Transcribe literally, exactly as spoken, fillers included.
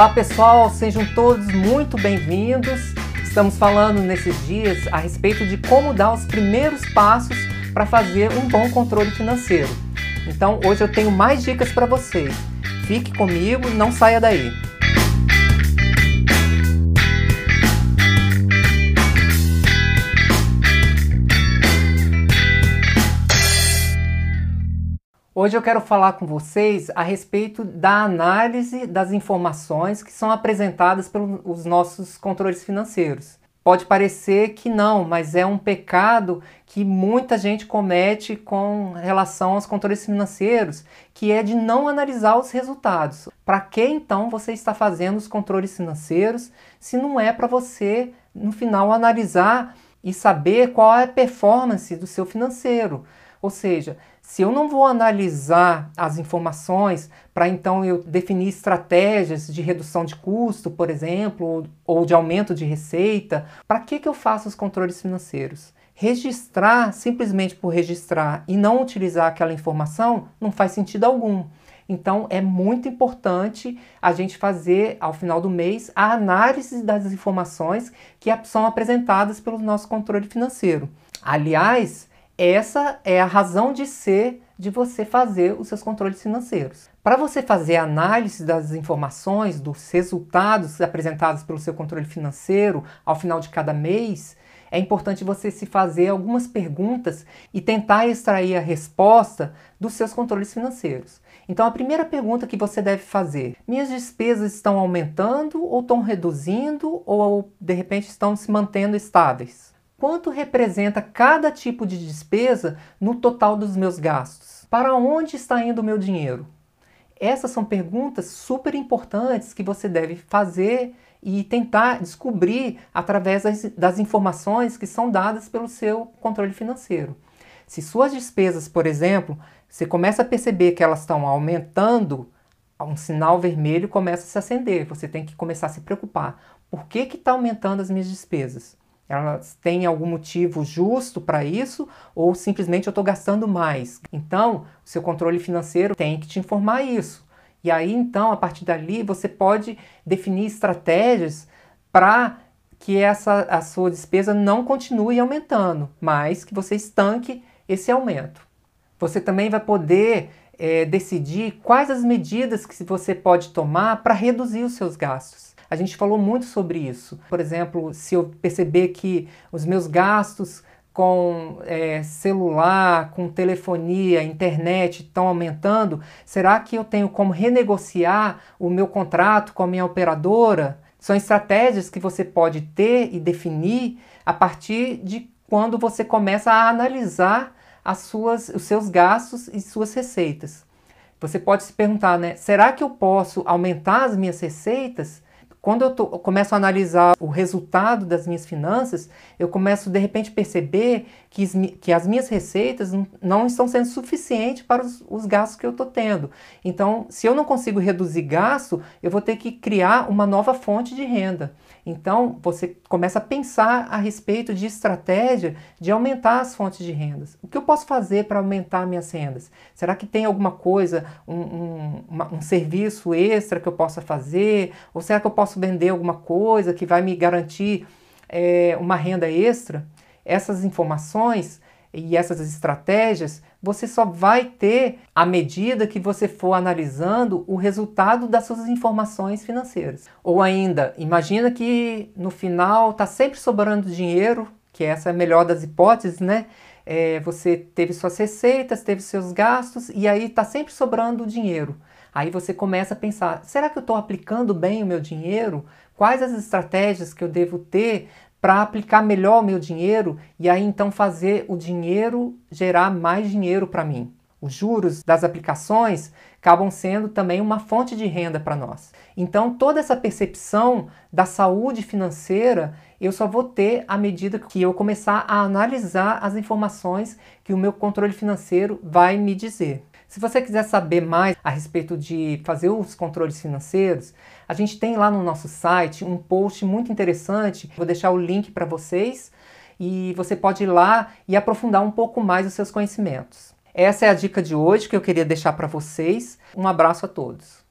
Olá pessoal, sejam todos muito bem-vindos. Estamos falando nesses dias a respeito de como dar os primeiros passos para fazer um bom controle financeiro. Então hoje eu tenho mais dicas para vocês. Fique comigo, não saia daí. Hoje eu quero falar com vocês a respeito da análise das informações que são apresentadas pelos nossos controles financeiros. Pode parecer que não, mas é um pecado que muita gente comete com relação aos controles financeiros, que é de não analisar os resultados. Para que então você está fazendo os controles financeiros se não é para você, no final, analisar e saber qual é a performance do seu financeiro? Ou seja, se eu não vou analisar as informações para então eu definir estratégias de redução de custo, por exemplo, ou, ou de aumento de receita, para que, que eu faço os controles financeiros? Registrar simplesmente por registrar e não utilizar aquela informação não faz sentido algum. Então é muito importante a gente fazer ao final do mês a análise das informações que são apresentadas pelo nosso controle financeiro. Aliás, essa é a razão de ser de você fazer os seus controles financeiros. Para você fazer a análise das informações, dos resultados apresentados pelo seu controle financeiro ao final de cada mês, é importante você se fazer algumas perguntas e tentar extrair a resposta dos seus controles financeiros. Então a primeira pergunta que você deve fazer: minhas despesas estão aumentando ou estão reduzindo ou de repente estão se mantendo estáveis? Quanto representa cada tipo de despesa no total dos meus gastos? Para onde está indo o meu dinheiro? Essas são perguntas super importantes que você deve fazer e tentar descobrir através das, das informações que são dadas pelo seu controle financeiro. Se suas despesas, por exemplo, você começa a perceber que elas estão aumentando, um sinal vermelho começa a se acender. Você tem que começar a se preocupar. Por que que está aumentando as minhas despesas? Elas têm algum motivo justo para isso ou simplesmente eu estou gastando mais? Então, o seu controle financeiro tem que te informar isso. E aí, então, a partir dali, você pode definir estratégias para que essa, a sua despesa não continue aumentando, mas que você estanque esse aumento. Você também vai poder é, decidir quais as medidas que você pode tomar para reduzir os seus gastos. A gente falou muito sobre isso. Por exemplo, se eu perceber que os meus gastos com é, celular, com telefonia, internet estão aumentando, será que eu tenho como renegociar o meu contrato com a minha operadora? São estratégias que você pode ter e definir a partir de quando você começa a analisar as suas, os seus gastos e suas receitas. Você pode se perguntar, né? Será que eu posso aumentar as minhas receitas? Quando eu, tô, eu começo a analisar o resultado das minhas finanças, eu começo de repente a perceber que, que as minhas receitas não, não estão sendo suficientes para os, os gastos que eu estou tendo. Então, se eu não consigo reduzir gasto, eu vou ter que criar uma nova fonte de renda. Então, você começa a pensar a respeito de estratégia de aumentar as fontes de rendas. O que eu posso fazer para aumentar minhas rendas? Será que tem alguma coisa, um, um, uma, um serviço extra que eu possa fazer? Ou será que eu posso vender alguma coisa que vai me garantir é, uma renda extra? Essas informações e essas estratégias você só vai ter à medida que você for analisando o resultado das suas informações financeiras. Ou ainda, imagina que no final está sempre sobrando dinheiro, que essa é a melhor das hipóteses, né? É, você teve suas receitas, teve seus gastos e aí está sempre sobrando dinheiro. Aí você começa a pensar, será que eu estou aplicando bem o meu dinheiro? Quais as estratégias que eu devo ter para aplicar melhor o meu dinheiro e aí então fazer o dinheiro gerar mais dinheiro para mim? Os juros das aplicações acabam sendo também uma fonte de renda para nós. Então toda essa percepção da saúde financeira eu só vou ter à medida que eu começar a analisar as informações que o meu controle financeiro vai me dizer. Se você quiser saber mais a respeito de fazer os controles financeiros, a gente tem lá no nosso site um post muito interessante. Vou deixar o link para vocês e você pode ir lá e aprofundar um pouco mais os seus conhecimentos. Essa é a dica de hoje que eu queria deixar para vocês. Um abraço a todos.